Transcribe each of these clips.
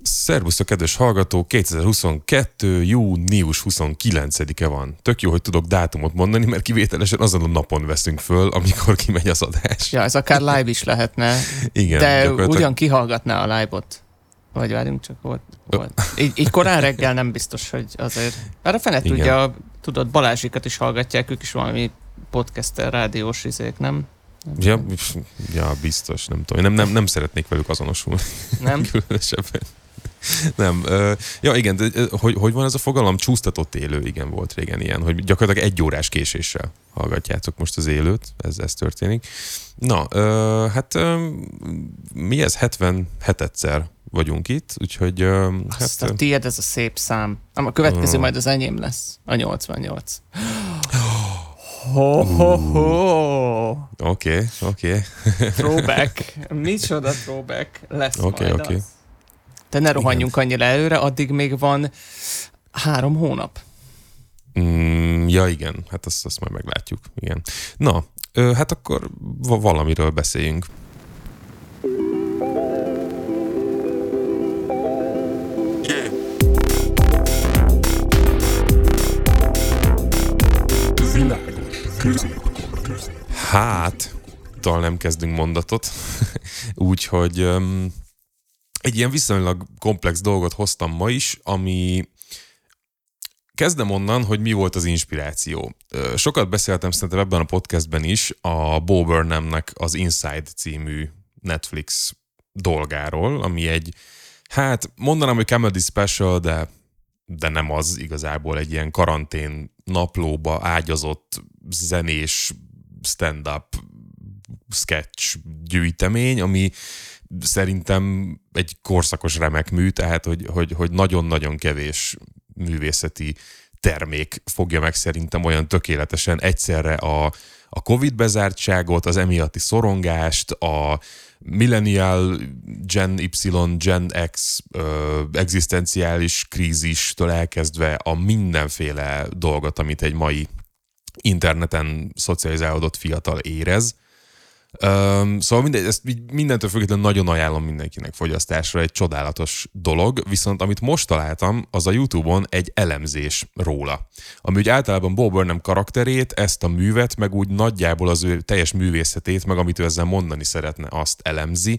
Szervusztok, kedves hallgató, 2022. június 29-e van. Tök jó, hogy tudok dátumot mondani, mert kivételesen azon a napon veszünk föl, amikor kimegy az adás. Ja, ez akár live is lehetne, Igen, de ugyan kihallgatná a live-ot. Vagy várjunk, csak volt. Így korán reggel nem biztos, hogy azért. Arra fene tudja, tudod, Balázsikat is hallgatják, ők is valami podcaster, rádiós izék, nem? Ja, biztos, nem tudom. Nem szeretnék velük azonosulni. Nem? Különösebben. Nem. Ja, igen, de hogy van ez a fogalom? Csúsztatott élő, igen, volt régen ilyen, hogy gyakorlatilag 1 órás késéssel hallgatjátok most az élőt, ez történik. Na, mi ez? 77-szer vagyunk itt, úgyhogy... A tiéd ez a szép szám. A következő majd az enyém lesz, a 88. Oké. Throwback. Micsoda throwback lesz Oké. az. De ne rohanjunk annyira előre, addig még van 3 hónap. Ja, igen. Hát azt majd meglátjuk. Igen. Na, hát akkor valamiről beszéljünk. Hát, talán nem kezdünk mondatot. Úgyhogy egy ilyen viszonylag komplex dolgot hoztam ma is, ami... Kezdem onnan, hogy mi volt az inspiráció. Sokat beszéltem szerintem ebben a podcastben is a Bo Burnhamnek az Inside című Netflix dolgáról, ami egy, hát mondanám, hogy comedy special, de nem az igazából, egy ilyen karantén naplóba ágyazott zenés stand-up sketch gyűjtemény, ami szerintem egy korszakos remek mű, tehát hogy nagyon-nagyon kevés művészeti termék fogja meg szerintem olyan tökéletesen egyszerre a Covid bezártságot, az emiatti szorongást, a millennial, Gen Y, Gen X egzisztenciális krízistől elkezdve a mindenféle dolgot, amit egy mai interneten szocializálódott fiatal érez. Szóval ezt mindentől függetlenül nagyon ajánlom mindenkinek fogyasztásra, egy csodálatos dolog, viszont amit most találtam, az a YouTube-on egy elemzés róla. Ami úgy általában Bo Burnham karakterét, ezt a művet, meg úgy nagyjából az ő teljes művészetét, meg amit ő ezzel mondani szeretne, azt elemzi.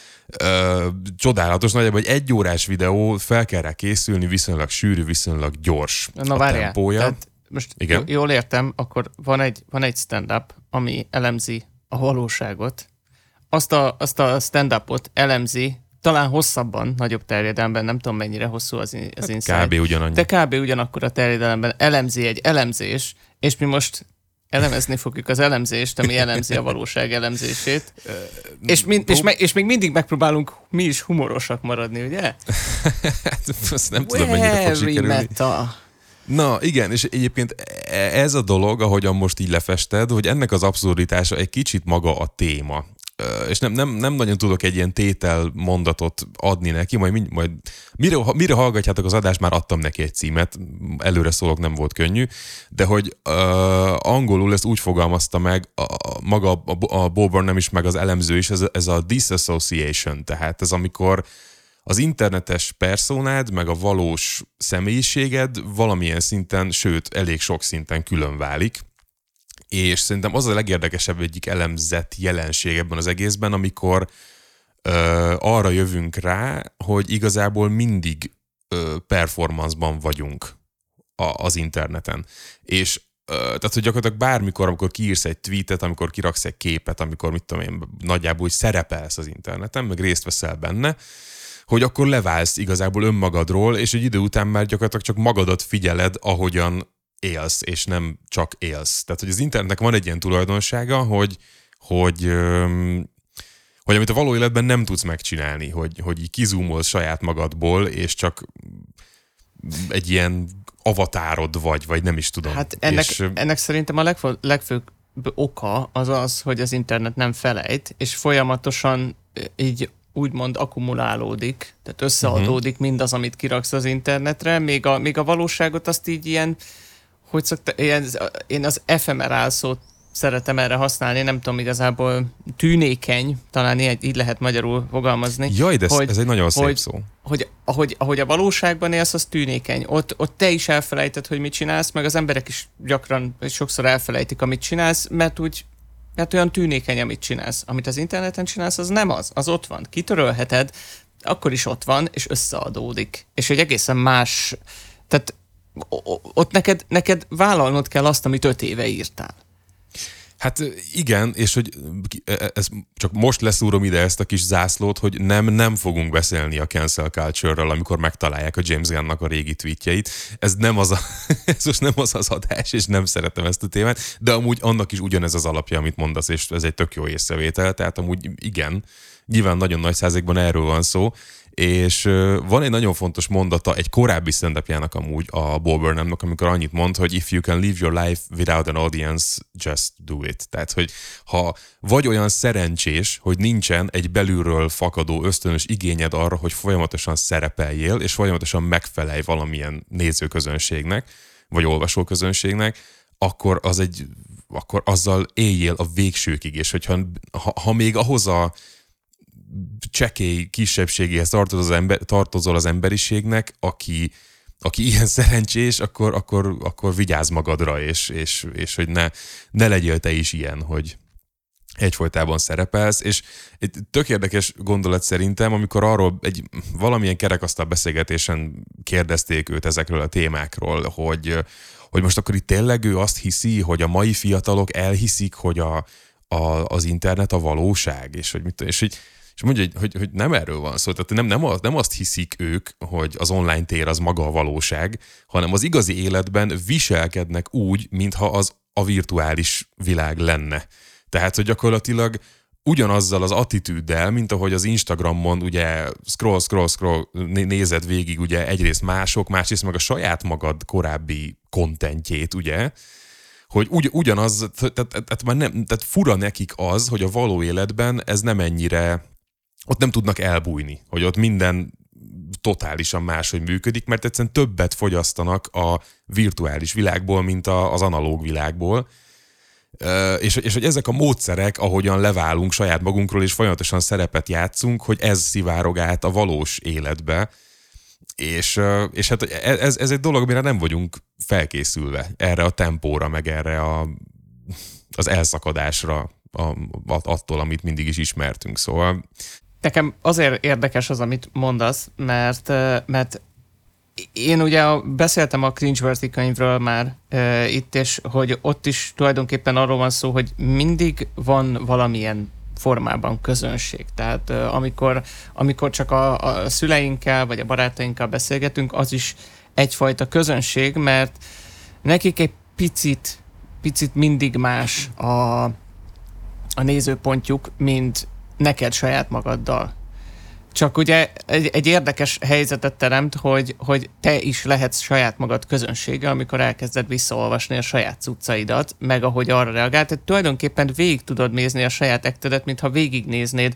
Csodálatos, nagyjából egy 1 órás videó, fel kell rá készülni, viszonylag sűrű, viszonylag gyors a tempója. Tehát most jól értem, akkor van egy stand-up, ami elemzi a valóságot. Azt a stand-upot elemzi, talán hosszabban, nagyobb terjedelemben, nem tudom mennyire hosszú az Inside. Kb. Ugyanannyi. De kb. Ugyanakkor a terjedelemben elemzi egy elemzés, és mi most elemezni fogjuk az elemzést, ami elemzi a valóság elemzését. És még mindig megpróbálunk mi is humorosak maradni, ugye? Azt nem tudom, mennyire fog sikerülni. Meta. Na igen, és egyébként ez a dolog, ahogyan most így lefested, hogy ennek az abszurditása egy kicsit maga a téma. És nem nagyon tudok egy ilyen tétel mondatot adni neki, majd mire hallgatjátok az adást, már adtam neki egy címet, előre szólok, nem volt könnyű, de hogy angolul ezt úgy fogalmazta meg maga a Bo Burnham is, meg az elemző is, ez a disassociation, tehát ez amikor az internetes personád, meg a valós személyiséged valamilyen szinten, sőt, elég sok szinten külön válik. És szerintem az a legérdekesebb egyik elemzett jelenség ebben az egészben, amikor arra jövünk rá, hogy igazából mindig performanceban vagyunk az interneten. És tehát, hogy gyakorlatilag bármikor, amikor kiírsz egy tweetet, amikor kiraksz egy képet, amikor mit tudom én, nagyjából úgy szerepelsz az interneten, meg részt veszel benne, hogy akkor leválsz igazából önmagadról, és egy idő után már gyakorlatilag csak magadat figyeled, ahogyan élsz, és nem csak élsz. Tehát, hogy az internetnek van egy ilyen tulajdonsága, hogy amit a való életben nem tudsz megcsinálni, hogy így kizúmolsz saját magadból, és csak egy ilyen avatárod vagy nem is tudom. Hát ennek szerintem a legfőbb oka az, hogy az internet nem felejt, és folyamatosan így úgymond akkumulálódik, tehát összeadódik mindaz, amit kiraksz az internetre, még a valóságot azt így ilyen, hogy szokta, én az ephemeral szót szeretem erre használni, nem tudom, igazából tűnékeny, talán így lehet magyarul fogalmazni. Jaj, de ez egy nagyon szép szó. Ahogy a valóságban élsz, az tűnékeny. Ott te is elfelejted, hogy mit csinálsz, meg az emberek is gyakran, sokszor elfelejtik, amit csinálsz, mert olyan tűnékeny, amit csinálsz. Amit az interneten csinálsz, az nem az ott van. Kitörölheted, akkor is ott van, és összeadódik. És egy egészen más, tehát ott neked vállalnod kell azt, amit 5 éve írtál. Hát igen, és hogy ez csak most leszúrom ide ezt a kis zászlót, hogy nem fogunk beszélni a cancel culture-ről, amikor megtalálják a James Gunn-nak a régi tweetjeit. Ez most nem az adás, és nem szeretem ezt a témát, de amúgy annak is ugyanez az alapja, amit mondasz, és ez egy tök jó észrevétel, tehát amúgy igen, nyilván nagyon nagy százalékban erről van szó, és van egy nagyon fontos mondata egy korábbi stand-upjának amúgy a Bo Burnhamnak, amikor annyit mond, hogy if you can live your life without an audience, just do it. Tehát, hogy ha vagy olyan szerencsés, hogy nincsen egy belülről fakadó ösztönös igényed arra, hogy folyamatosan szerepeljél, és folyamatosan megfelelj valamilyen nézőközönségnek, vagy olvasóközönségnek, akkor azzal éljél a végsőkig, és hogyha ha még ahhoz a csekély kisebbségéhez tartozol az emberiségnek, aki ilyen szerencsés, akkor vigyázz magadra, és hogy ne legyél te is ilyen, hogy egyfolytában szerepelsz, és egy tök érdekes gondolat szerintem, amikor arról egy valamilyen kerekasztal beszélgetésen kérdezték őt ezekről a témákról, hogy most akkor itt tényleg ő azt hiszi, hogy a mai fiatalok elhiszik, hogy az internet a valóság, és mondja, hogy nem erről van szó, tehát nem azt hiszik ők, hogy az online tér az maga a valóság, hanem az igazi életben viselkednek úgy, mintha az a virtuális világ lenne. Tehát, hogy gyakorlatilag ugyanazzal az attitűddel, mint ahogy az Instagramon ugye scroll, nézed végig ugye egyrészt másrészt meg a saját magad korábbi contentjét, ugye, hogy ugyanaz, tehát fura nekik az, hogy a való életben ez nem ennyire, ott nem tudnak elbújni, hogy ott minden totálisan máshogy működik, mert egyszerűen többet fogyasztanak a virtuális világból, mint az analóg világból. És hogy ezek a módszerek, ahogyan leválunk saját magunkról, és folyamatosan szerepet játszunk, hogy ez szivárog át a valós életbe. És hát ez egy dolog, amire nem vagyunk felkészülve, erre a tempóra, meg erre az elszakadásra attól, amit mindig is ismertünk. Szóval... Nekem azért érdekes az, amit mondasz, mert én ugye beszéltem a Cringeworthy könyvről már itt, és hogy ott is tulajdonképpen arról van szó, hogy mindig van valamilyen formában közönség. Tehát amikor csak a szüleinkkel vagy a barátainkkal beszélgetünk, az is egyfajta közönség, mert nekik egy picit mindig más a nézőpontjuk, mint neked saját magaddal. Csak ugye egy érdekes helyzetet teremt, hogy te is lehetsz saját magad közönsége, amikor elkezded visszaolvasni a saját cuccaidat, meg ahogy arra reagált. Tehát tulajdonképpen végig tudod nézni a saját ektedet, mintha végignéznéd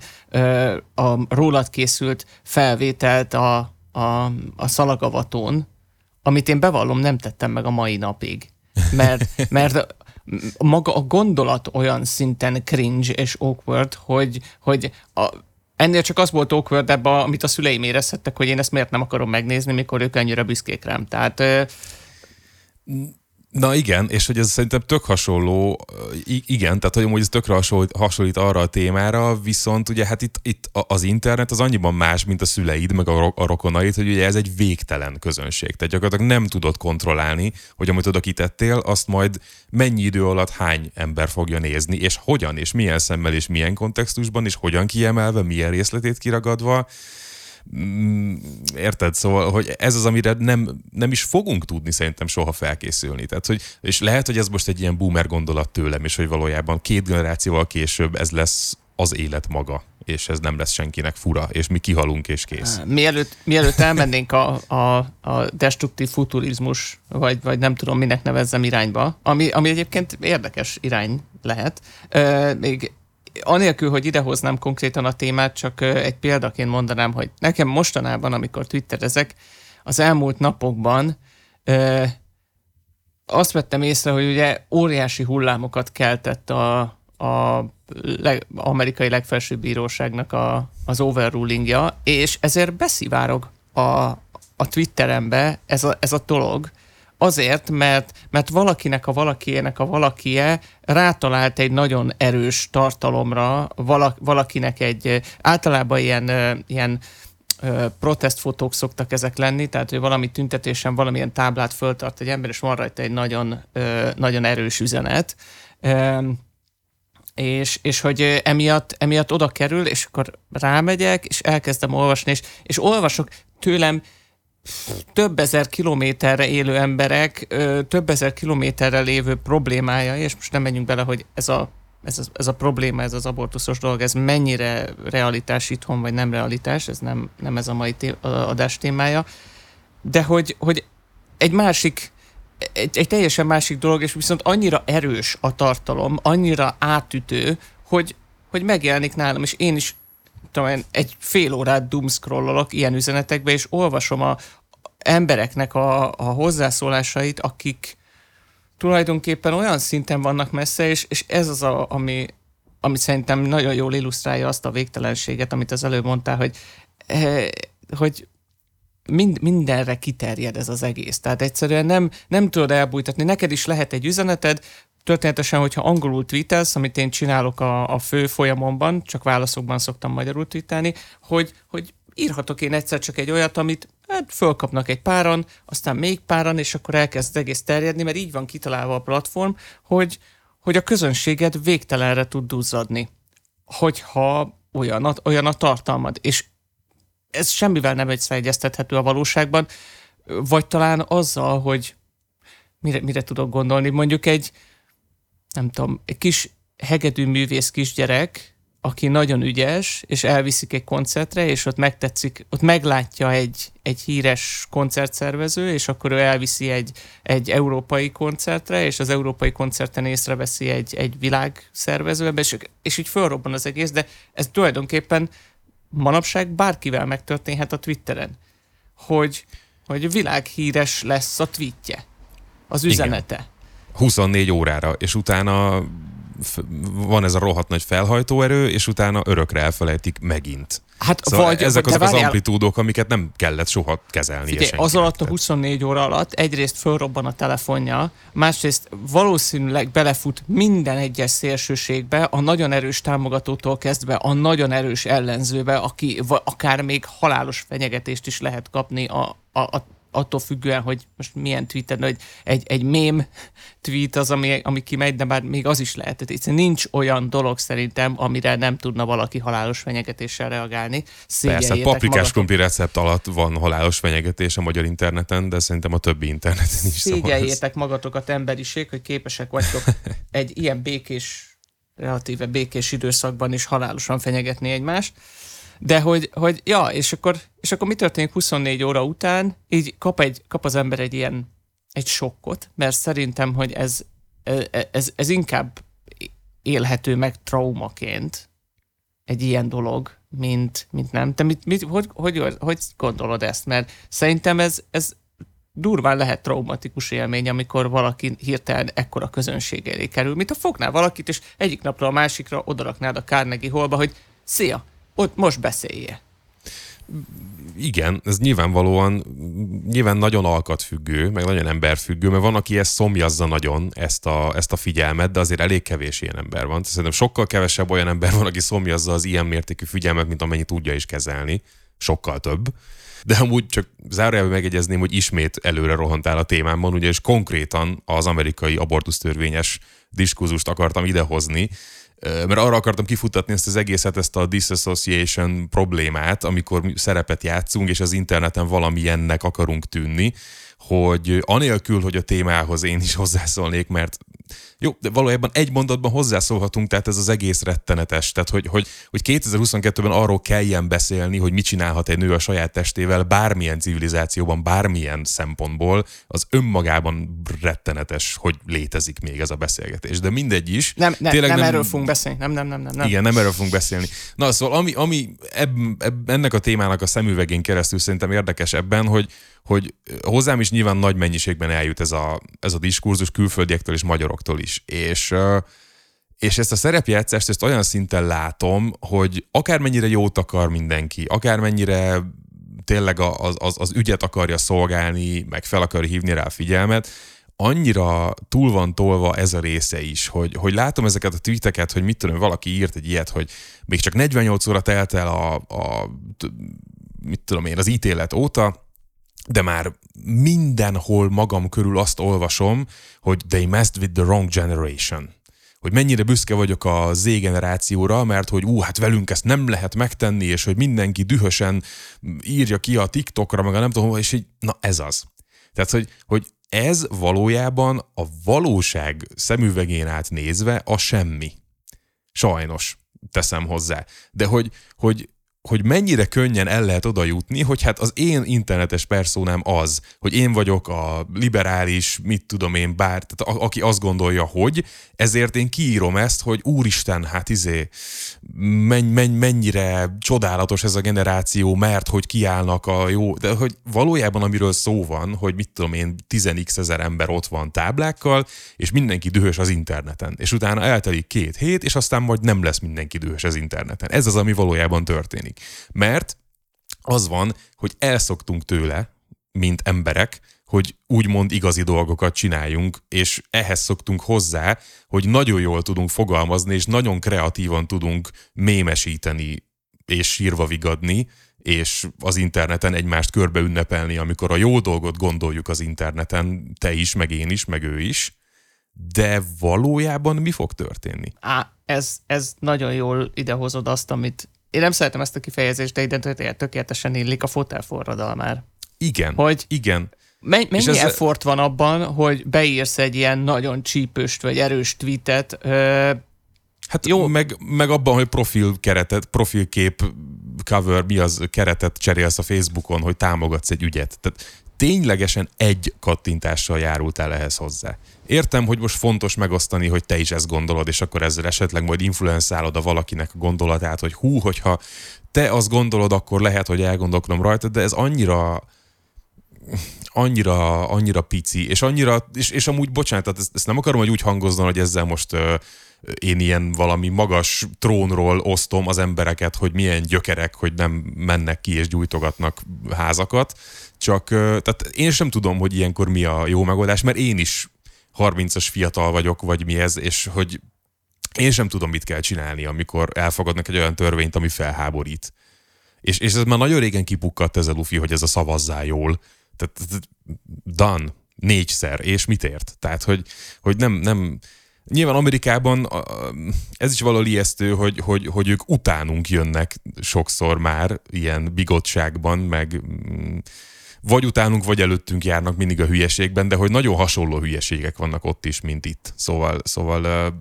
a rólad készült felvételt a szalagavatón, amit én bevallom, nem tettem meg a mai napig. Mert maga a gondolat olyan szinten cringe és awkward, hogy ennél csak az volt awkward ebben, amit a szüleim érezhettek, hogy én ezt miért nem akarom megnézni, mikor ők annyira büszkék rám. Tehát... Na igen, és hogy ez szerintem tök hasonló, igen, tehát hogy amúgy ez tökre hasonlít arra a témára, viszont ugye hát itt az internet az annyiban más, mint a szüleid, meg a rokonaid, hogy ugye ez egy végtelen közönség. Tehát gyakorlatilag nem tudod kontrollálni, hogy amit oda kitettél, azt majd mennyi idő alatt hány ember fogja nézni, és hogyan, és milyen szemmel, és milyen kontextusban, és hogyan kiemelve, milyen részletét kiragadva. Érted? Szóval, hogy ez az, amire nem is fogunk tudni szerintem soha felkészülni. Tehát, és lehet, hogy ez most egy ilyen boomer gondolat tőlem, és hogy valójában 2 generációval később ez lesz az élet maga, és ez nem lesz senkinek fura, és mi kihalunk, és kész. Mielőtt elmennénk a destruktív futurizmus, vagy nem tudom, minek nevezzem irányba, ami egyébként érdekes irány lehet, még anélkül, hogy idehoznám konkrétan a témát, csak egy példaként mondanám, hogy nekem mostanában, amikor twitterezek, az elmúlt napokban azt vettem észre, hogy ugye óriási hullámokat keltett a amerikai legfelsőbb bíróságnak az overrulingja, és ezért beszivárog a Twitterembe ez a dolog. Azért, mert valakinek a valakiének a valakie rátalált egy nagyon erős tartalomra, valakinek egy általában ilyen protestfotók szoktak ezek lenni, tehát hogy valami tüntetésen valamilyen táblát föltart egy ember, és van rajta egy nagyon, nagyon erős üzenet. És hogy emiatt oda kerül, és akkor rámegyek, és elkezdem olvasni, és olvasok tőlem több ezer kilométerre élő emberek, több ezer kilométerre lévő problémája, és most nem menjünk bele, hogy ez a probléma, ez az abortuszos dolog, ez mennyire realitás itthon, vagy nem realitás, ez nem ez a mai adás témája, de hogy egy teljesen másik dolog, és viszont annyira erős a tartalom, annyira átütő, hogy megjelenik nálam, és én is tudom, egy fél órát doomscrollolok ilyen üzenetekbe, és olvasom a embereknek a hozzászólásait, akik tulajdonképpen olyan szinten vannak messze, és ez az, ami szerintem nagyon jól illusztrálja azt a végtelenséget, amit az előbb mondtál, hogy mindenre kiterjed ez az egész. Tehát egyszerűen nem tudod elbújtatni. Neked is lehet egy üzeneted, történetesen, hogyha angolul tweetelsz, amit én csinálok a fő folyamomban, csak válaszokban szoktam magyarul tweetelni, hogy írhatok én egyszer csak egy olyat, amit fölkapnak egy páran, aztán még páran, és akkor elkezd egész terjedni, mert így van kitalálva a platform, hogy a közönséged végtelenre tud duzzadni, hogyha olyan a tartalmad. És ez semmivel nem összeegyeztethető a valóságban, vagy talán azzal, hogy mire tudok gondolni, mondjuk egy kis hegedű művész kisgyerek, aki nagyon ügyes, és elviszik egy koncertre, és ott megtetszik, ott meglátja egy híres koncertszervező, és akkor ő elviszi egy európai koncertre, és az európai koncerten észreveszi egy világszervező, és így fölrobban az egész, de ez tulajdonképpen manapság bárkivel megtörténhet a Twitteren, hogy világhíres lesz a tweetje, az üzenete. Igen. 24 órára, és utána van ez a rohadt nagy felhajtóerő, és utána örökre elfelejtik megint. Hát szóval ezek azok az amplitúdok, amiket nem kellett soha kezelni. Az alatt a 24 óra alatt egyrészt fölrobban a telefonja, másrészt valószínűleg belefut minden egyes szélsőségbe, a nagyon erős támogatótól kezdve a nagyon erős ellenzőbe, aki akár még halálos fenyegetést is lehet kapni attól függően, hogy most milyen tweeten, hogy egy mém tweet az, ami kimegy, de már még az is lehet. Tehát nincs olyan dolog szerintem, amire nem tudna valaki halálos fenyegetéssel reagálni. Persze, paprikás krumpli recept alatt van halálos fenyegetés a magyar interneten, de szerintem a többi interneten is. Szégyeljétek magatokat, emberiség, hogy képesek vagytok egy ilyen relatíve békés időszakban is halálosan fenyegetni egymást. De hogy és akkor mi történik 24 óra után? Így kap az ember egy sokkot, mert szerintem, hogy ez inkább élhető meg traumaként egy ilyen dolog, mint nem. Te hogy gondolod ezt? Mert szerintem ez durván lehet traumatikus élmény, amikor valaki hirtelen ekkora közönség elé kerül. Mint ha fognál valakit, és egyik napra a másikra odaraknád a Carnegie Hallba, hogy szia, ott most beszélje. Igen, ez nyilván nagyon alkatfüggő, meg nagyon emberfüggő, mert van, aki ezt szomjazza nagyon, ezt a figyelmet, de azért elég kevés ilyen ember van. Szerintem sokkal kevesebb olyan ember van, aki szomjazza az ilyen mértékű figyelmet, mint amennyit tudja is kezelni. Sokkal több. De amúgy csak zárójelben megjegyezném, hogy ismét előre rohantál a témámban, ugye, és konkrétan az amerikai abortusztörvényes diskurzust akartam idehozni, mert arra akartam kifuttatni ezt az egészet, ezt a disassociation problémát, amikor szerepet játszunk, és az interneten valamilyennek akarunk tűnni, hogy anélkül, hogy a témához én is hozzászólnék, mert Jó, de valójában egy mondatban hozzászólhatunk, tehát ez az egész rettenetes. Tehát, hogy 2022-ben arról kelljen beszélni, hogy mit csinálhat egy nő a saját testével bármilyen civilizációban, bármilyen szempontból, az önmagában rettenetes, hogy létezik még ez a beszélgetés. De mindegy is. Nem erről fogunk beszélni. Nem. Igen, nem erről fogunk beszélni. Na, szóval ami ennek a témának a szemüvegén keresztül szerintem érdekes ebben, hogy hozzám is nyilván nagy mennyiségben eljut ez a diskurzus külföldiektől és magyaroktól is. És ezt a szerepjátszást ezt olyan szinten látom, hogy akármennyire jót akar mindenki, akármennyire tényleg az ügyet akarja szolgálni, meg fel akarja hívni rá a figyelmet, annyira túl van tolva ez a része is, hogy látom ezeket a tweeteket, hogy mit tudom, valaki írt egy ilyet, hogy még csak 48 óra telt el mit tudom én, az ítélet óta, de már mindenhol magam körül azt olvasom, hogy they messed with the wrong generation. Hogy mennyire büszke vagyok a Z generációra, mert hogy hát velünk ezt nem lehet megtenni, és hogy mindenki dühösen írja ki a TikTokra, meg a nem tudom, és így, na ez az. Tehát, hogy ez valójában a valóság szemüvegén át nézve a semmi. Sajnos teszem hozzá. De hogy mennyire könnyen el lehet oda jutni, hogy hát az én internetes perszónám az, hogy én vagyok a liberális, mit tudom én, tehát aki azt gondolja, hogy ezért én kiírom ezt, hogy úristen, hát mennyire csodálatos ez a generáció, mert hogy kiállnak a jó, de hogy valójában amiről szó van, hogy mit tudom én, 10x ezer ember ott van táblákkal, és mindenki dühös az interneten. És utána eltelik 2 hét, és aztán majd nem lesz mindenki dühös az interneten. Ez az, ami valójában történik. Mert az van, hogy elszoktunk tőle, mint emberek, hogy úgymond igazi dolgokat csináljunk, és ehhez szoktunk hozzá, hogy nagyon jól tudunk fogalmazni, és nagyon kreatívan tudunk mémesíteni, és sírva vigadni, és az interneten egymást körbe ünnepelni, amikor a jó dolgot gondoljuk az interneten, te is, meg én is, meg ő is. De valójában mi fog történni? Ez nagyon jól idehozod azt, amit én nem szeretem ezt a kifejezést, de ide tökéletesen illik a fotelforradalmár. Igen, igen. Mennyi effort van abban, hogy beírsz egy ilyen nagyon csípőst vagy erős tweetet? Hát jó, meg abban, hogy profilkép cover, mi az keretet cserélsz a Facebookon, hogy támogatsz egy ügyet. Tehát ténylegesen egy kattintással járultál ehhez hozzá. Értem, hogy most fontos megosztani, hogy te is ezt gondolod, és akkor ezzel esetleg majd influenszálod a valakinek a gondolatát, hogy hogyha te azt gondolod, akkor lehet, hogy elgondolkodom rajta, de ez annyira pici, és amúgy, bocsánat, ezt nem akarom, hogy úgy hangozzon, hogy ezzel most én ilyen valami magas trónról osztom az embereket, hogy milyen gyökerek, hogy nem mennek ki és gyújtogatnak házakat, csak tehát én sem tudom, hogy ilyenkor mi a jó megoldás, mert én is 30-as fiatal vagyok, vagy mi ez, és hogy én sem tudom, mit kell csinálni, amikor elfogadnak egy olyan törvényt, ami felháborít. És ez már nagyon régen kipukkadt ez a lufi, hogy ez a szavazzál jól. Tehát done, 4-szer, és mit ért? Tehát, hogy nem nyilván Amerikában ez is valahol ijesztő, hogy ők utánunk jönnek sokszor már ilyen bigottságban, meg vagy utánunk, vagy előttünk járnak mindig a hülyeségben, de hogy nagyon hasonló hülyeségek vannak ott is, mint itt. Szóval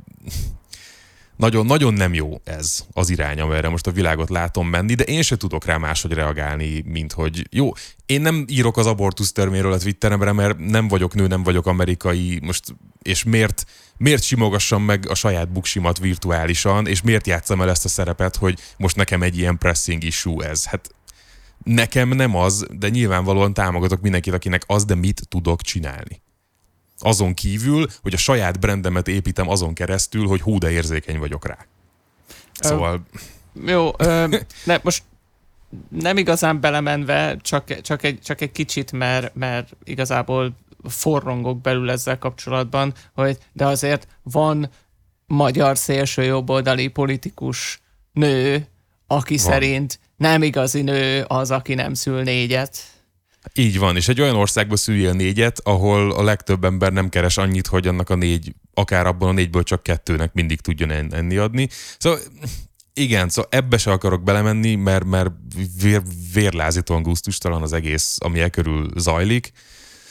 nagyon, nagyon nem jó ez az irány, amerre most a világot látom menni, de én se tudok rá máshogy reagálni, mint hogy jó, én nem írok az abortusz törvényről a Twitteremre, mert nem vagyok nő, nem vagyok amerikai, most, és miért simogassam meg a saját buksimat virtuálisan, és miért játsszam el ezt a szerepet, hogy most nekem egy ilyen pressing issue ez? Hát nekem nem az, de nyilvánvalóan támogatok mindenkit, akinek az, de mit tudok csinálni? Azon kívül, hogy a saját brandemet építem azon keresztül, hogy hú, de érzékeny vagyok rá. Szóval... Jó, most nem igazán belemenve, csak egy kicsit, mert igazából forrongok belül ezzel kapcsolatban, de azért van magyar szélsőjobboldali politikus nő, aki szerint nem igazi nő az, aki nem szül 4-et. Így van, és egy olyan országban szüljél 4-et, ahol a legtöbb ember nem keres annyit, hogy annak a 4, akár abban a 4-ből csak 2-nek mindig tudjon enni adni. Szóval igen, szóval ebbe se akarok belemenni, mert vérlázítóan gusztustalan az egész, ami körül zajlik.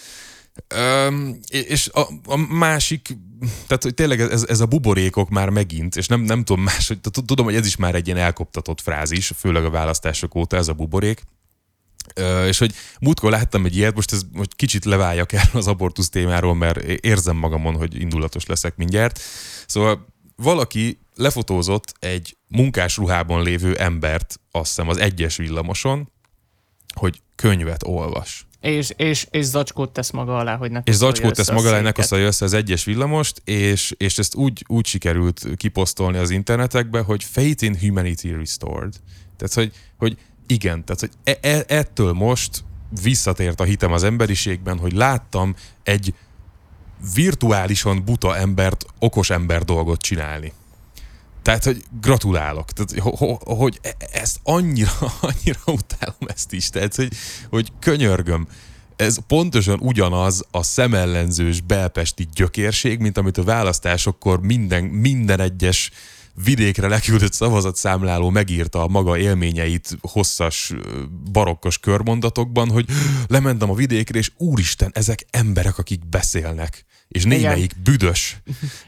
És a másik, tehát hogy tényleg ez a buborékok már megint, és nem tudom más, hogy tudom, hogy ez is már egy ilyen elkoptatott frázis, főleg a választások óta ez a buborék, és hogy múltkor láttam egy ilyet, most kicsit leváljak el az abortusz témáról, mert érzem magamon, hogy indulatos leszek mindjárt. Szóval valaki lefotózott egy munkás ruhában lévő embert, azt hiszem az 1-es villamoson, hogy könyvet olvas. És zacskót tesz maga alá, hogy ne és zacskót tesz maga alá, hogy ne koszolja össze az 1-es villamost, és ezt úgy sikerült kiposztolni az internetekbe, hogy Faith in Humanity Restored. Tehát, hogy igen, tehát, hogy ettől most visszatért a hitem az emberiségben, hogy láttam egy virtuálisan buta embert, okos ember dolgot csinálni. Tehát, hogy gratulálok. Tehát, hogy ezt annyira utálom ezt is. Tehát, hogy könyörgöm. Ez pontosan ugyanaz a szemellenzős belpesti gyökérség, mint amit a választásokkor minden egyes vidékre leküldött szavazatszámláló megírta a maga élményeit hosszas, barokkos körmondatokban, hogy lementem a vidékre, és úristen, ezek emberek, akik beszélnek. És némelyik büdös.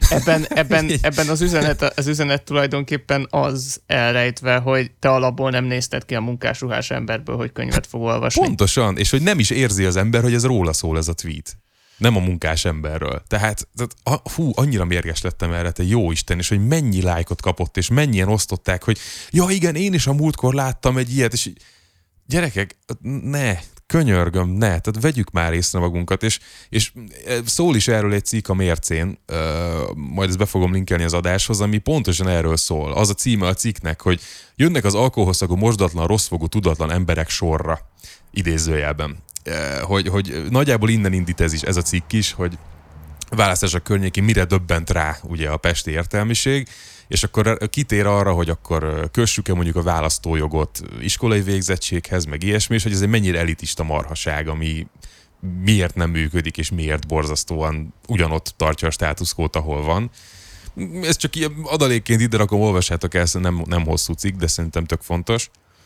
Ebben az üzenet tulajdonképpen az elrejtve, hogy te alapból nem nézted ki a munkásruhás emberből, hogy könyvet fog olvasni. Pontosan, és hogy nem is érzi az ember, hogy ez róla szól ez a tweet. Nem a munkás emberről. Tehát annyira mérges lettem erre, te jó Isten, és hogy mennyi lájkot kapott, és mennyien osztották, hogy ja igen, én is a múltkor láttam egy ilyet, és gyerekek, ne, könyörgöm, ne, tehát vegyük már észre magunkat, és szól is erről egy cikk a Mércén, majd ezt be fogom linkelni az adáshoz, ami pontosan erről szól. Az a címe a cikknek, hogy jönnek az alkoholszagú, mosdatlan, rosszfogú, tudatlan emberek sorra, idézőjelben. Hogy nagyjából innen indít ez a cikk is, hogy választások környékén mire döbbent rá ugye a pesti értelmiség, és akkor kitér arra, hogy akkor kössük-e mondjuk a választójogot iskolai végzettséghez, meg ilyesmi, és hogy ez egy mennyire elitista marhaság, ami miért nem működik, és miért borzasztóan ugyanott tartja a státuszkót, ahol van. Ez csak ilyen adalékként ide rakom, olvassátok el, nem hosszú cikk, de szerintem tök fontos.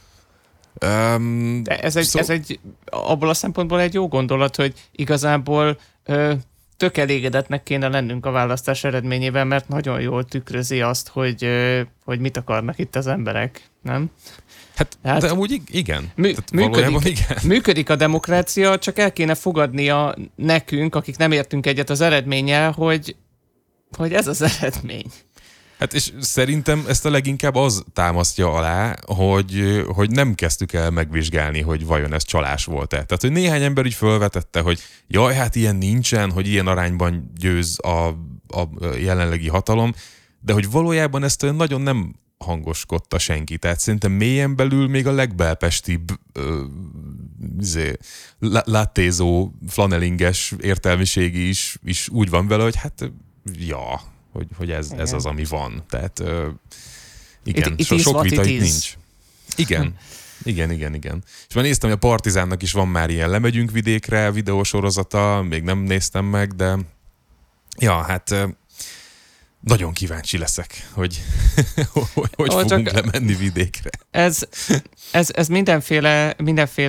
De ez egy abból a szempontból egy jó gondolat, hogy igazából tök elégedetnek kéne lennünk a választás eredményével, mert nagyon jól tükrözi azt, hogy mit akarnak itt az emberek, nem? Hát de amúgy igen. Működik a demokrácia, csak el kéne fogadnia nekünk, akik nem értünk egyet az eredménnyel, hogy ez az eredmény. Hát és szerintem ezt a leginkább az támasztja alá, hogy nem kezdtük el megvizsgálni, hogy vajon ez csalás volt-e. Tehát, hogy néhány ember így felvetette, hogy jaj, hát ilyen nincsen, hogy ilyen arányban győz a jelenlegi hatalom, de hogy valójában ezt olyan nagyon nem hangoskodta senki. Tehát szerintem mélyen belül még a legbelpestibb lattézó, flanelinges értelmiségi is úgy van vele, hogy hát ja, hogy ez az, ami van. Tehát igen, sok vita itt nincs. Igen. És már néztem, hogy a Partizánnak is van már ilyen lemegyünk vidékre videósorozata, még nem néztem meg, de ja, hát nagyon kíváncsi leszek, hogy fogunk lemenni vidékre. Ez mindenféle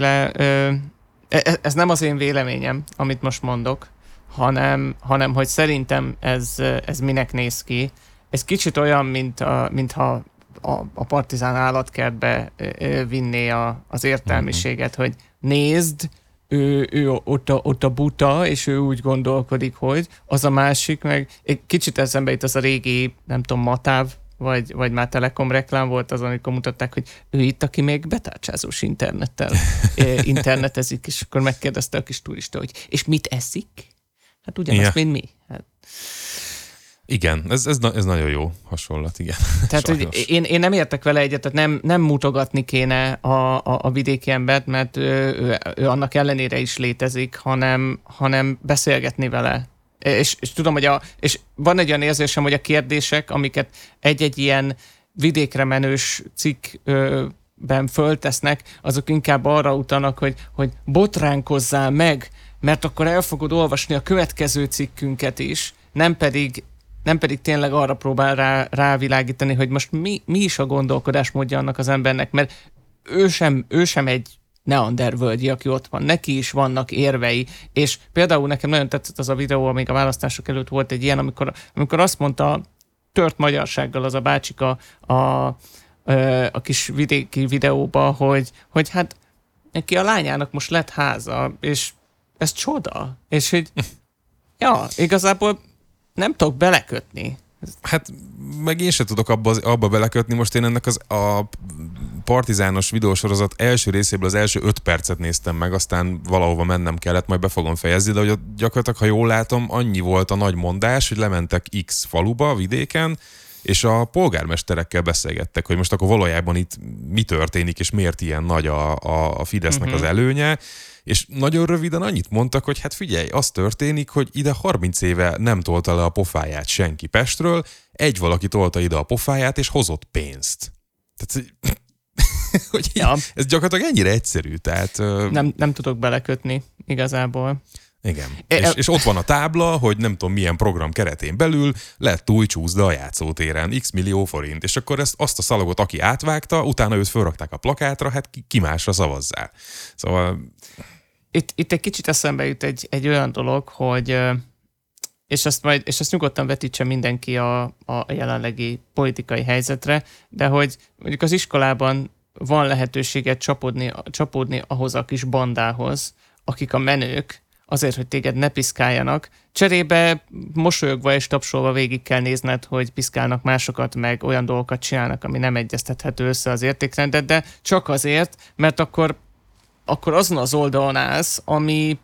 ez nem az én véleményem, amit most mondok, hanem hogy szerintem ez minek néz ki. Ez kicsit olyan, mintha a Partizán állatkertbe vinné az értelmiséget, hogy nézd, ő ott a buta, és ő úgy gondolkodik, hogy az a másik, meg egy kicsit eszembe itt az a régi, nem tudom, Matáv, vagy már Telekom reklám volt az, amikor mutatták, hogy ő itt, aki még betárcsázós internettel internetezik, és akkor megkérdezte a kis turista, hogy és mit eszik? Hát ugyanazt, mint mi. Hát. Igen, ez nagyon jó hasonlat, igen. Tehát, hogy én nem értek vele egyet, tehát nem mutogatni kéne a vidéki embert, mert ő annak ellenére is létezik, hanem beszélgetni vele. És tudom, hogy és van egy olyan érzésem, hogy a kérdések, amiket egy-egy ilyen vidékre menős cikkben föltesznek, azok inkább arra utalnak, hogy botránkozzál meg, mert akkor el fogod olvasni a következő cikkünket is, nem pedig tényleg arra próbál rávilágítani, hogy most mi is a gondolkodásmódja annak az embernek, mert ő sem egy neandervölgyi, aki ott van. Neki is vannak érvei, és például nekem nagyon tetszett az a videó, amíg a választások előtt volt egy ilyen, amikor azt mondta tört magyarsággal az a bácsika a kis vidéki videóba, hogy hát neki a lányának most lett háza, és ez csoda. És hogy ja, igazából nem tudok belekötni. Hát meg én se tudok abba belekötni, most én ennek a partizános videósorozat első részéből az első 5 percet néztem meg, aztán valahova mennem kellett, majd be fogom fejezni, de hogy gyakorlatilag, ha jól látom, annyi volt a nagy mondás, hogy lementek X faluba, vidéken, és a polgármesterekkel beszélgettek, hogy most akkor valójában itt mi történik, és miért ilyen nagy a Fidesznek az előnye, és nagyon röviden annyit mondtak, hogy hát figyelj, az történik, hogy ide 30 éve nem tolta le a pofáját senki Pestről, egy valaki tolta ide a pofáját, és hozott pénzt. Tehát, hogy ja. Ez gyakorlatilag ennyire egyszerű, tehát... Nem tudok belekötni igazából. Igen. És ott van a tábla, hogy nem tudom milyen program keretén belül lett új csúszda a játszótéren, x millió forint, és akkor azt a szalagot, aki átvágta, utána őt fölrakták a plakátra, hát ki másra szavazzál. Szóval... Itt egy kicsit eszembe jut egy olyan dolog, hogy és ezt nyugodtan vetítse mindenki a jelenlegi politikai helyzetre, de hogy mondjuk az iskolában van lehetőséget csapódni ahhoz a kis bandához, akik a menők, azért, hogy téged ne piszkáljanak. Cserébe mosolyogva és tapsolva végig kell nézned, hogy piszkálnak másokat, meg olyan dolgokat csinálnak, ami nem egyeztethető össze az értékrendet, de csak azért, mert akkor azon az oldalon állsz, ami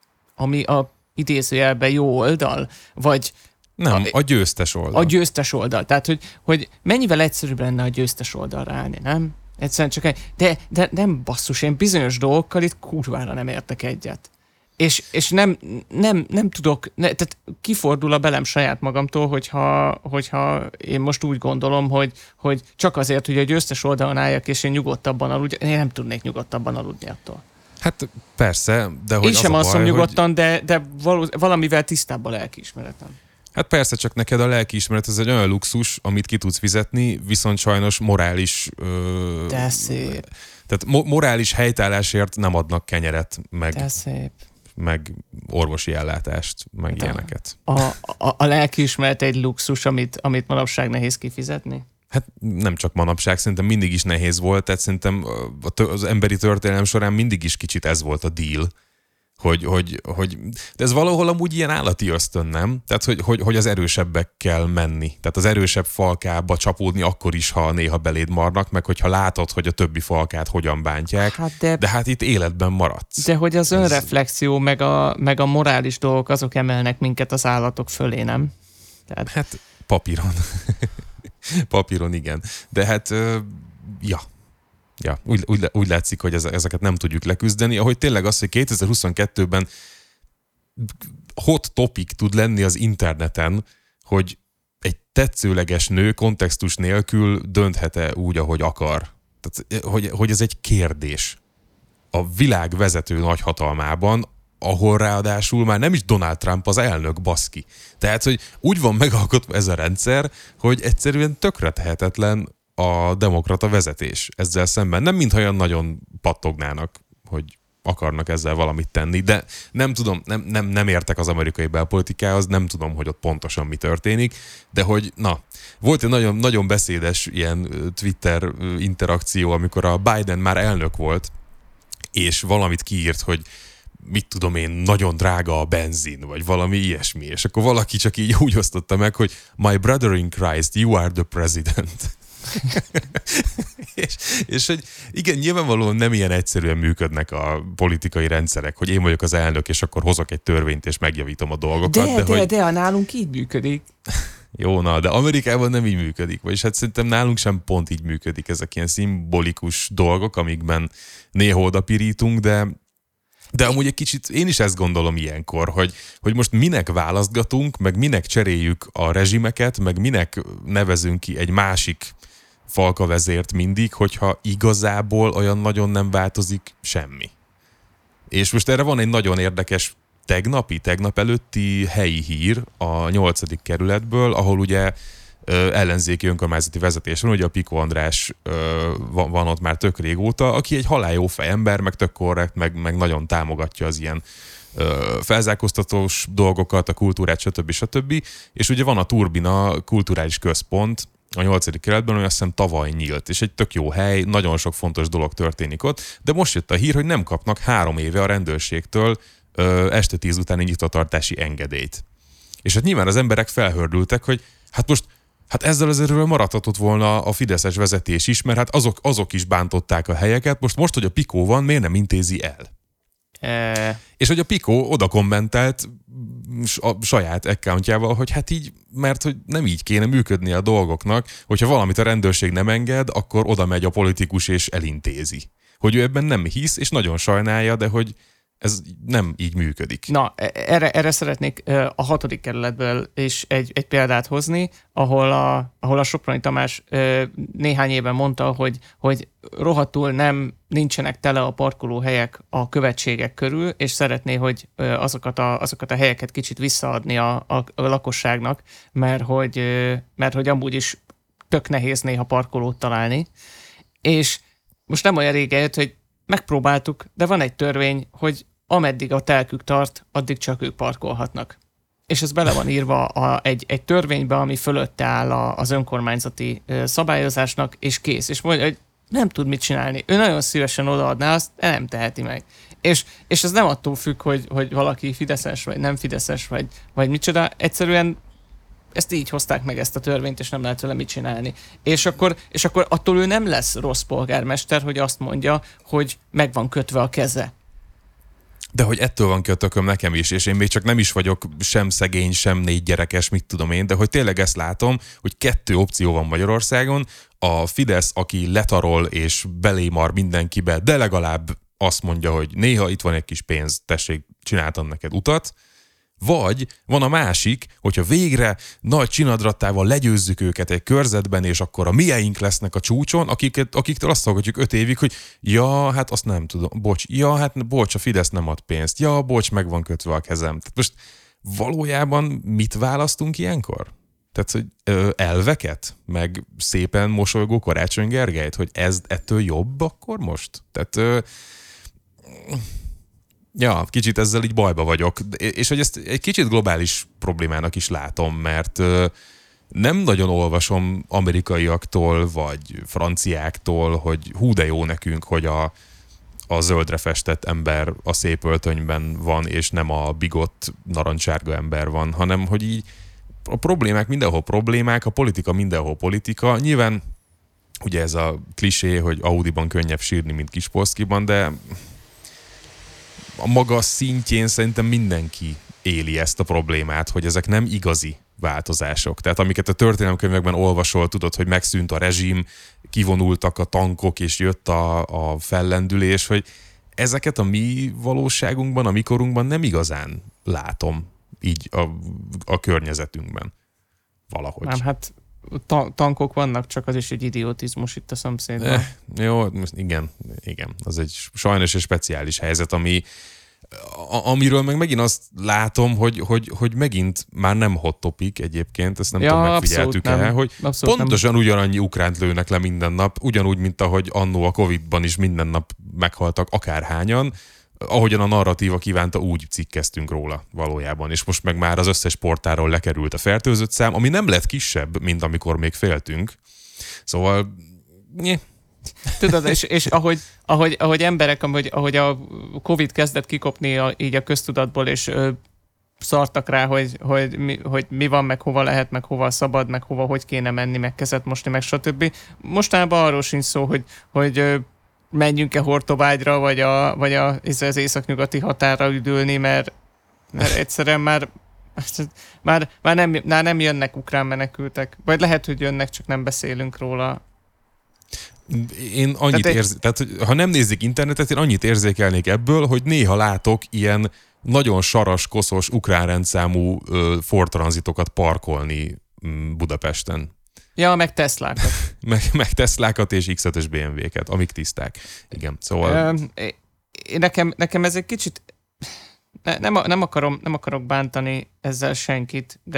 a idézőjelben jó oldal, vagy... Nem, a győztes oldal. A győztes oldal. Tehát, hogy mennyivel egyszerűbb lenne a győztes oldalra állni, nem? Egyszerűen csak de nem basszus, én bizonyos dolgokkal itt kurvára nem értek egyet. És nem tudok, tehát kifordul a belem saját magamtól, hogyha én most úgy gondolom, hogy csak azért, hogy a győztes oldalon álljak, és én nyugodtabban aludjak, én nem tudnék nyugodtabban aludni attól. Hát persze, de hogy én sem alszom nyugodtan, de valamivel tisztább a lelkiismeretem. Hát persze, csak neked a lelkiismeret ez egy olyan luxus, amit ki tudsz fizetni, viszont sajnos morális... De szép. Tehát morális helytállásért nem adnak kenyeret, De szép. meg orvosi ellátást, meg ilyeneket. A lelkiismeret egy luxus, amit manapság nehéz kifizetni? Hát nem csak manapság, szerintem mindig is nehéz volt, tehát szerintem az emberi történelem során mindig is kicsit ez volt a deal, hogy de ez valahol amúgy ilyen állati ösztön, nem? Tehát, hogy az erősebbekkel menni. Tehát az erősebb falkába csapódni akkor is, ha néha beléd marnak, meg hogyha látod, hogy a többi falkát hogyan bántják, de hát itt életben maradsz. De hogy az önreflexió, meg a morális dolgok, azok emelnek minket az állatok fölé, nem? Tehát... Hát papíron. Papíron igen. De hát, ja, úgy látszik, hogy ezeket nem tudjuk leküzdeni, ahogy tényleg az, hogy 2022-ben hot topic tud lenni az interneten, hogy egy tetszőleges nő kontextus nélkül dönthet-e úgy, ahogy akar. Tehát, hogy ez egy kérdés. A világ vezető nagyhatalmában, ahol ráadásul már nem is Donald Trump az elnök, baszki. Tehát, hogy úgy van megalkotva ez a rendszer, hogy egyszerűen tökre tehetetlen a demokrata vezetés ezzel szemben. Nem mintha olyan nagyon pattognának, hogy akarnak ezzel valamit tenni, de nem tudom, nem értek az amerikai belpolitikához, nem tudom, hogy ott pontosan mi történik, de hogy volt egy nagyon, nagyon beszédes ilyen Twitter interakció, amikor a Biden már elnök volt, és valamit kiírt, hogy mit tudom én, nagyon drága a benzin, vagy valami ilyesmi, és akkor valaki csak így úgy osztotta meg, hogy my brother in Christ, you are the president. és hogy igen, nyilvánvalóan nem ilyen egyszerűen működnek a politikai rendszerek, hogy én vagyok az elnök, és akkor hozok egy törvényt, és megjavítom a dolgokat. De nálunk így működik. Jó, de Amerikában nem így működik, vagyis hát szerintem nálunk sem pont így működik ezek ilyen szimbolikus dolgok, amikben néha odapirítunk, de amúgy egy kicsit én is ezt gondolom ilyenkor, hogy most minek választgatunk, meg minek cseréljük a rezsimeket, meg minek nevezünk ki egy másik falkavezért mindig, hogyha igazából olyan nagyon nem változik semmi. És most erre van egy nagyon érdekes tegnap előtti helyi hír a 8. kerületből, ahol ugye ellenzéki önkormányzati vezetés van, ugye a Piko András van ott már tök régóta, aki egy halálljó fejember, meg tök korrekt, meg nagyon támogatja az ilyen felzárkóztatós dolgokat, a kultúrát, stb. És ugye van a Turbina kulturális központ a 8. kerületben, ami azt hiszem tavaly nyílt, és egy tök jó hely, nagyon sok fontos dolog történik ott, de most jött a hír, hogy nem kapnak 3 éve a rendőrségtől este 10 utáni nyitvatartási engedélyt. És hát nyilván az emberek felhördültek, hogy hát ezzel az erőről maradhatott volna a fideszes vezetés is, mert hát azok is bántották a helyeket, most, hogy a Pikó van, miért nem intézi el? És hogy a Pikó oda kommentelt a saját accountjával, hogy hát így, mert hogy nem így kéne működni a dolgoknak, hogyha valamit a rendőrség nem enged, akkor oda megy a politikus és elintézi. Hogy ő ebben nem hisz, és nagyon sajnálja, de hogy ez nem így működik. Na, erre szeretnék a 6. kerületből is egy példát hozni, ahol a Soproni Tamás néhány éven mondta, hogy rohadtul nincsenek tele a parkolóhelyek a követségek körül, és szeretné, hogy azokat a helyeket kicsit visszaadni a lakosságnak, mert hogy amúgy is tök nehéz néha parkolót találni. És most nem olyan régen jött, hogy megpróbáltuk, de van egy törvény, hogy ameddig a telkük tart, addig csak ők parkolhatnak. És ez bele van írva egy törvénybe, ami fölötte áll az önkormányzati szabályozásnak, és kész. És mondja, hogy nem tud mit csinálni. Ő nagyon szívesen odaadná azt, de nem teheti meg. És ez nem attól függ, hogy valaki fideszes, vagy nem fideszes, vagy micsoda. Egyszerűen ezt így hozták meg, ezt a törvényt, és nem lehet vele mit csinálni. És akkor attól ő nem lesz rossz polgármester, hogy azt mondja, hogy meg van kötve a keze. De hogy ettől van ki a tököm nekem is, és én még csak nem is vagyok sem szegény, sem 4 gyerekes, mit tudom én, de hogy tényleg ezt látom, hogy 2 opció van Magyarországon, a Fidesz, aki letarol és belémar mindenkibe, de legalább azt mondja, hogy néha itt van egy kis pénz, tessék, csináltam neked utat, vagy van a másik, hogyha végre nagy csinadrattával legyőzzük őket egy körzetben, és akkor a mieink lesznek a csúcson, akiktől azt hallgatjuk 5 évig, hogy ja, hát azt nem tudom, bocs, a Fidesz nem ad pénzt, ja, bocs, meg van kötve a kezem. Tehát most valójában mit választunk ilyenkor? Tehát, hogy elveket, meg szépen mosolygó Karácsony Gergelyt, hogy ez ettől jobb akkor most? Tehát... Ja, kicsit ezzel így bajba vagyok. És hogy ezt egy kicsit globális problémának is látom, mert nem nagyon olvasom amerikaiaktól, vagy franciáktól, hogy hú de jó nekünk, hogy a zöldre festett ember a szép öltönyben van, és nem a bigott narancsárga ember van, hanem hogy így a problémák mindenhol problémák, a politika mindenhol politika. Nyilván ugye ez a klisé, hogy Audiban könnyebb sírni, mint Kispolszkiban, de a maga szintjén szerintem mindenki éli ezt a problémát, hogy ezek nem igazi változások. Tehát amiket a történelemkönyvekben olvasol, tudod, hogy megszűnt a rezsim, kivonultak a tankok, és jött a fellendülés, hogy ezeket a mi valóságunkban, a mikorunkban nem igazán látom így a környezetünkben. Valahogy. Nem, hát tankok vannak, csak az is egy idiotizmus itt a szomszédban. Jó, igen, az egy sajnos egy speciális helyzet, amiről meg megint azt látom, hogy megint már nem hot topic egyébként, ezt nem tudom, megfigyeltük-e, hogy pontosan nem. Ugyanannyi ukránt lőnek le minden nap, ugyanúgy, mint ahogy annó a Covid-ban is minden nap meghaltak akárhányan, ahogyan a narratíva kívánta, úgy cikkeztünk róla valójában, és most meg már az összes portáról lekerült a fertőzött szám, ami nem lett kisebb, mint amikor még féltünk. Szóval... Tudod, és ahogy emberek, ahogy a Covid kezdett kikopni így a köztudatból, és szartak rá, hogy mi van, meg hova lehet, meg hova szabad, meg hova hogy kéne menni, meg kezet mosni, meg stb. Mostanában arról sincs szó, hogy menjünk-e Hortobágyra, vagy az északnyugati határra üdülni, mert egyszerűen már nem jönnek ukrán menekültek. Vagy lehet, hogy jönnek, csak nem beszélünk róla. Én annyit tehát ha nem nézik internetet, én annyit érzékelnék ebből, hogy néha látok ilyen nagyon saras, koszos, ukrán rendszámú Ford Transitokat parkolni Budapesten. Ja, meg Teslákat. meg Teslákat és X5-ös BMW-ket, amik tiszták. Igen, szóval... Nekem ez egy kicsit... Nem akarok bántani ezzel senkit, de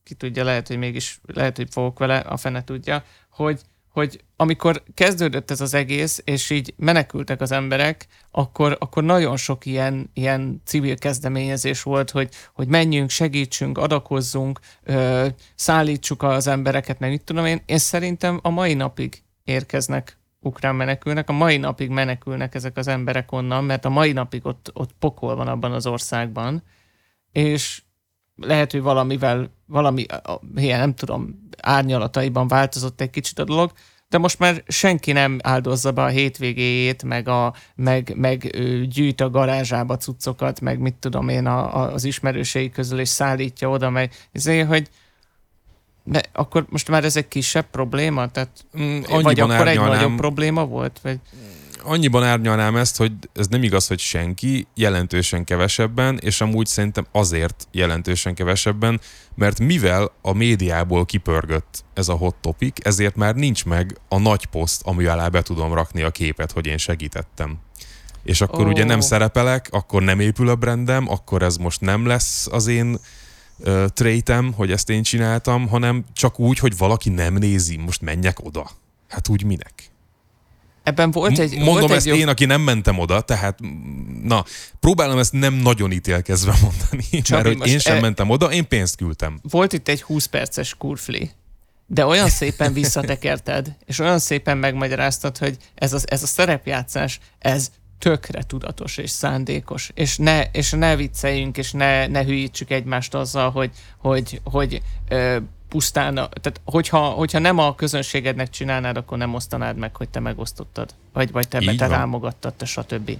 ki tudja, lehet, hogy fogok vele, a fene tudja, hogy amikor kezdődött ez az egész, és így menekültek az emberek, akkor nagyon sok ilyen civil kezdeményezés volt, hogy menjünk, segítsünk, adakozzunk, szállítsuk az embereket, meg mit tudom én. Én szerintem a mai napig érkeznek ukrán menekülnek, a mai napig menekülnek ezek az emberek onnan, mert a mai napig ott pokol van abban az országban, és lehet, hogy valami ilyen, nem tudom, árnyalataiban változott egy kicsit a dolog, de most már senki nem áldozza be a hétvégéjét, meg gyűjt a garázsába cuccokat, meg mit tudom én az ismerősei közül, és szállítja oda, meg ezért, hogy de akkor most már ez egy kisebb probléma? Tehát, vagy akkor egy nagyobb probléma volt? Vagy? Annyiban árnyalnám ezt, hogy ez nem igaz, hogy senki, jelentősen kevesebben, és amúgy szerintem azért jelentősen kevesebben, mert mivel a médiából kipörgött ez a hot topic, ezért már nincs meg a nagy poszt, ami alá be tudom rakni a képet, hogy én segítettem. És akkor ugye nem szerepelek, akkor nem épül a brandem, akkor ez most nem lesz az én trétem, hogy ezt én csináltam, hanem csak úgy, hogy valaki nem nézi, most menjek oda. Hát úgy minek? Ebben volt egy... Mondom ezt én, aki nem mentem oda, tehát próbálom ezt nem nagyon ítélkezve mondani, mert hogy én sem mentem oda, én pénzt küldtem. Volt itt egy 20 perces kurfli, de olyan szépen visszatekerted, és olyan szépen megmagyaráztad, hogy ez a szerepjátszás, ez tökre tudatos és szándékos, és ne vicceljünk, és ne hülyítsük egymást azzal, hogy pusztán, tehát hogyha nem a közönségednek csinálnád, akkor nem osztanád meg, hogy te megosztottad, vagy te támogattad, stb.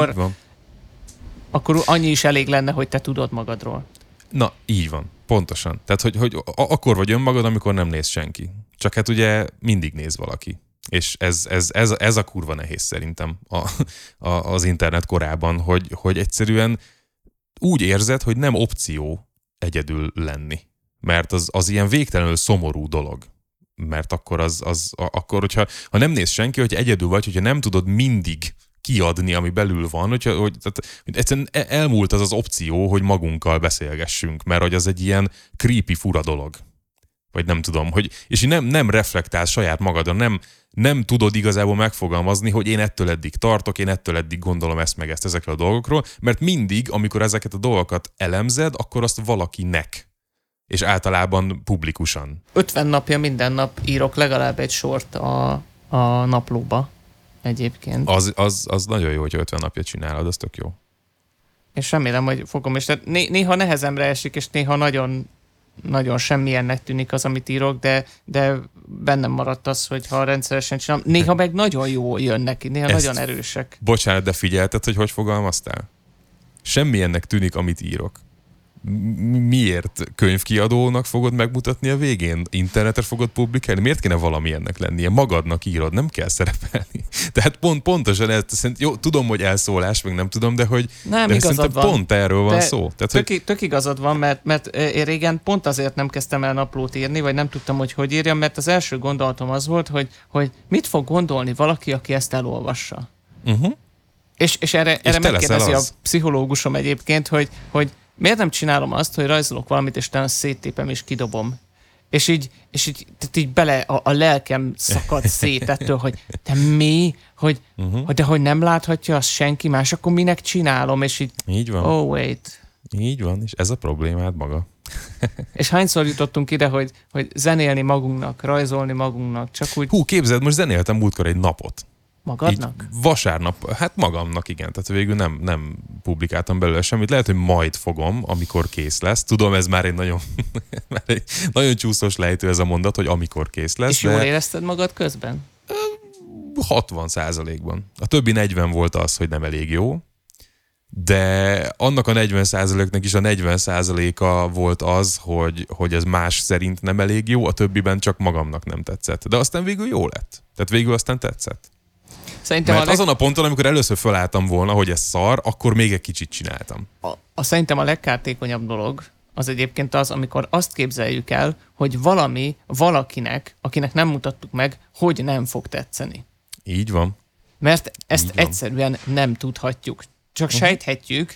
Akkor annyi is elég lenne, hogy te tudod magadról. Na, így van. Pontosan. Tehát, hogy akkor vagy önmagad, amikor nem néz senki. Csak hát ugye mindig néz valaki. És ez a kurva nehéz szerintem az internet korában, hogy egyszerűen úgy érzed, hogy nem opció egyedül lenni. Mert az ilyen végtelenül szomorú dolog. Mert akkor akkor, hogyha nem néz senki, hogyha egyedül vagy, hogyha nem tudod mindig kiadni, ami belül van, tehát egyszerűen elmúlt az opció, hogy magunkkal beszélgessünk, mert hogy az egy ilyen creepy, fura dolog. Vagy nem tudom, és nem reflektálsz saját magadon, nem tudod igazából megfogalmazni, hogy én ettől eddig tartok, én ettől eddig gondolom ezt meg ezt ezekről a dolgokról, mert mindig, amikor ezeket a dolgokat elemzed, akkor azt valakinek. És általában publikusan. 50 napja minden nap írok legalább egy sort a naplóba egyébként. Az nagyon jó, hogy 50 napja csinálod, az tök jó. És remélem, hogy fogom is. Tehát néha nehezemre esik, és néha nagyon, nagyon semmilyennek tűnik az, amit írok, de bennem maradt az, hogy ha rendszeresen csinálom, néha meg nagyon jól jön neki, néha nagyon erősek. Bocsánat, de figyelted, hogy fogalmaztál? Semmilyennek tűnik, amit írok. Miért? Könyvkiadónak fogod megmutatni a végén? Internetre fogod publikálni? Miért kéne valamilyennek lennie? Magadnak írod, nem kell szerepelni. Tehát pontosan ez, jó, tudom, hogy elszólás, meg nem tudom, de hogy szerintem pont erről van szó. Tehát, tök igazad van, mert én régen pont azért nem kezdtem el naplót írni, vagy nem tudtam, hogy írjam, mert az első gondolatom az volt, hogy mit fog gondolni valaki, aki ezt elolvassa. És erre megkérdezi a pszichológusom egyébként, hogy miért nem csinálom azt, hogy rajzolok valamit, és talán széttépem és kidobom. És így bele a lelkem szakad szét ettől, hogy de mi? De hogy nem láthatja azt senki más, akkor minek csinálom? És így van. Oh, wait. Így van, és ez a problémád maga. És hányszor jutottunk ide, hogy zenélni magunknak, rajzolni magunknak, csak úgy... Képzeld, most zenéltem múltkor egy napot. Magadnak? Így vasárnap, hát magamnak, igen. Tehát végül nem publikáltam belőle semmit. Lehet, hogy majd fogom, amikor kész lesz. Tudom, ez már egy nagyon csúszós lejtő ez a mondat, hogy amikor kész lesz. És jól érezted magad közben? 60%-ban. A többi 40 volt az, hogy nem elég jó. De annak a 40%-nak is a 40%-a volt az, hogy ez más szerint nem elég jó, a többiben csak magamnak nem tetszett. De aztán végül jó lett. Tehát végül aztán tetszett. Mert azon a ponton, amikor először felálltam volna, hogy ez szar, akkor még egy kicsit csináltam. Szerintem a legkártékonyabb dolog az egyébként az, amikor azt képzeljük el, hogy valakinek, akinek nem mutattuk meg, hogy nem fog tetszeni. Így van. Mert ezt egyszerűen nem tudhatjuk. Csak sejthetjük,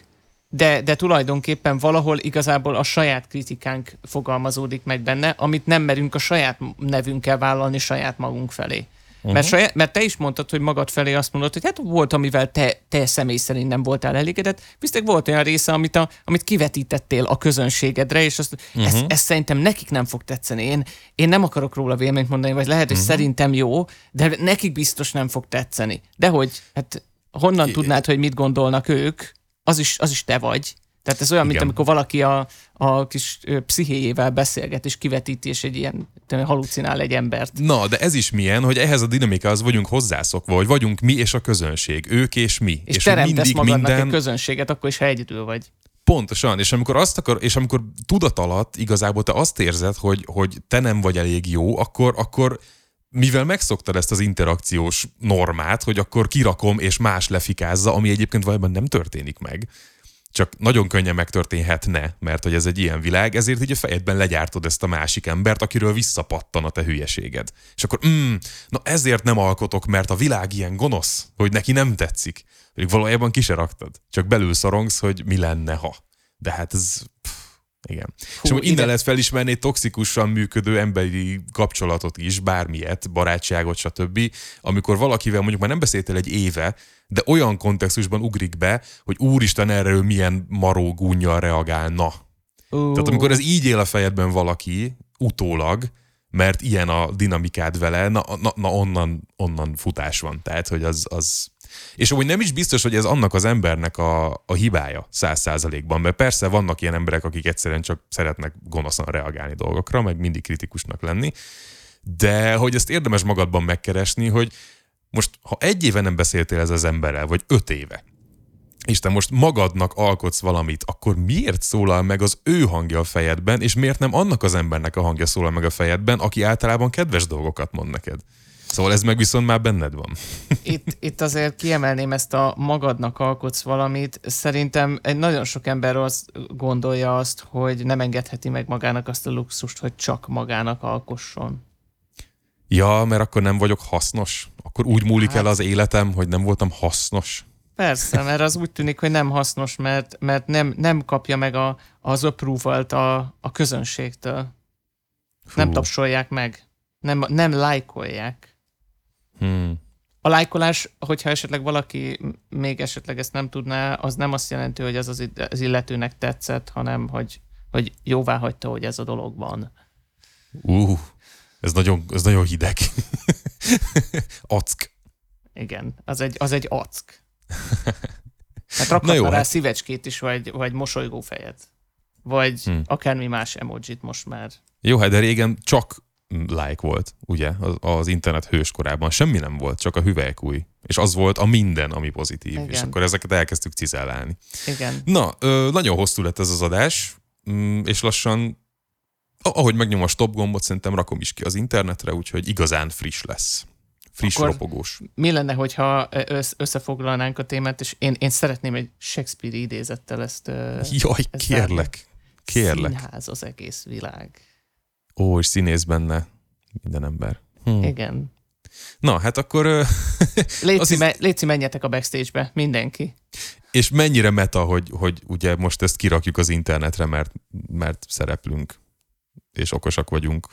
de tulajdonképpen valahol igazából a saját kritikánk fogalmazódik meg benne, amit nem merünk a saját nevünkkel vállalni saját magunk felé. Mert te is mondtad, hogy magad felé azt mondod, hogy hát volt, amivel te személy szerint nem voltál elégedett, viszont volt olyan része, amit kivetítettél a közönségedre, és ezt szerintem nekik nem fog tetszeni. Én nem akarok róla véleményt mondani, vagy lehet, hogy szerintem jó, de nekik biztos nem fog tetszeni. Dehogy, hát honnan tudnád, hogy mit gondolnak ők, az is te vagy. Tehát ez olyan, mint amikor valaki a kis pszichéjével beszélget, és kivetíti, és egy ilyen halucinál egy embert. Na, de ez is milyen, hogy ehhez a dinamikához vagyunk hozzászokva, hogy vagyunk mi és a közönség, ők és mi. És teremtesz magadnak egy közönséget, akkor is, ha egyedül vagy. Pontosan, és amikor tudat alatt igazából te azt érzed, hogy te nem vagy elég jó, akkor mivel megszoktad ezt az interakciós normát, hogy akkor kirakom és más lefikázza, ami egyébként valójában nem történik meg, csak nagyon könnyen megtörténhetne, mert hogy ez egy ilyen világ, ezért így a fejedben legyártod ezt a másik embert, akiről visszapattan a te hülyeséged. És akkor, na ezért nem alkotok, mert a világ ilyen gonosz, hogy neki nem tetszik. Pedig valójában ki se raktad. Csak belül szorongsz, hogy mi lenne, ha. De hát ez... Igen. És akkor innen lehet felismerni egy toxikusan működő emberi kapcsolatot is, bármilyet, barátságot, stb. Amikor valakivel mondjuk már nem beszéltél egy éve, de olyan kontextusban ugrik be, hogy úristen, erről milyen maró gúnnyal reagálna. Tehát amikor ez így él a fejedben valaki, utólag, mert ilyen a dinamikád vele, na onnan futás van. Tehát, hogy az... És amúgy nem is biztos, hogy ez annak az embernek a hibája 100%-ban, mert persze vannak ilyen emberek, akik egyszerűen csak szeretnek gonoszan reagálni dolgokra, meg mindig kritikusnak lenni, de hogy ezt érdemes magadban megkeresni, hogy most, ha 1 éve nem beszéltél ez az emberrel, vagy 5 éve, és te most magadnak alkotsz valamit, akkor miért szólal meg az ő hangja a fejedben, és miért nem annak az embernek a hangja szólal meg a fejedben, aki általában kedves dolgokat mond neked? Szóval ez meg viszont már benned van. Itt azért kiemelném ezt a magadnak alkotsz valamit. Szerintem egy nagyon sok ember azt gondolja azt, hogy nem engedheti meg magának azt a luxust, hogy csak magának alkosson. Ja, mert akkor nem vagyok hasznos? Akkor úgy múlik el az életem, hogy nem voltam hasznos? Persze, mert az úgy tűnik, hogy nem hasznos, mert nem kapja meg az approval-t a közönségtől. Nem tapsolják meg. Nem lájkolják. A lájkolás, hogyha esetleg valaki még esetleg ezt nem tudná, az nem azt jelenti, hogy az illetőnek tetszett, hanem hogy jóvá hagyta, hogy ez a dolog van. Ez nagyon hideg. Ack. Igen, az egy ack. Hát rakhatna rá szívecskét is, vagy mosolygó fejet. Vagy akármi más emojit most már. Jó, hát de régen csak like volt, ugye, az internet hőskorában. Semmi nem volt, csak a hüvelykúj. És az volt a minden, ami pozitív. Igen. És akkor ezeket elkezdtük cizellálni. Igen. Na, nagyon hosszú lett ez az adás, és lassan, ahogy megnyom a stop gombot, szerintem rakom is ki az internetre, úgyhogy igazán friss lesz. Friss, akkor ropogós. Mi lenne, hogyha összefoglalnánk a témát, és én szeretném egy Shakespeare idézettel ezt... Jaj, kérlek. Színház az egész világ. Ó, és színész minden ember. Igen. Na, hát akkor... Léci, menjetek a backstage-be, mindenki. És mennyire meta, hogy ugye most ezt kirakjuk az internetre, mert szereplünk, és okosak vagyunk.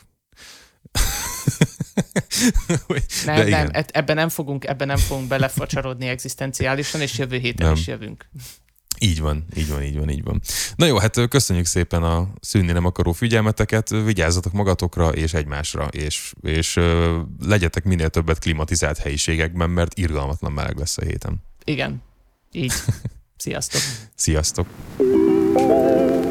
Nem, ebben nem fogunk belefacsarodni egzisztenciálisan, és jövő héten is jövünk. Így van. Na jó, hát köszönjük szépen a szűnni nem akaró figyelmeteket, vigyázzatok magatokra és egymásra, és legyetek minél többet klimatizált helyiségekben, mert irgalmatlan meleg lesz a héten. Igen, így. Sziasztok! Sziasztok!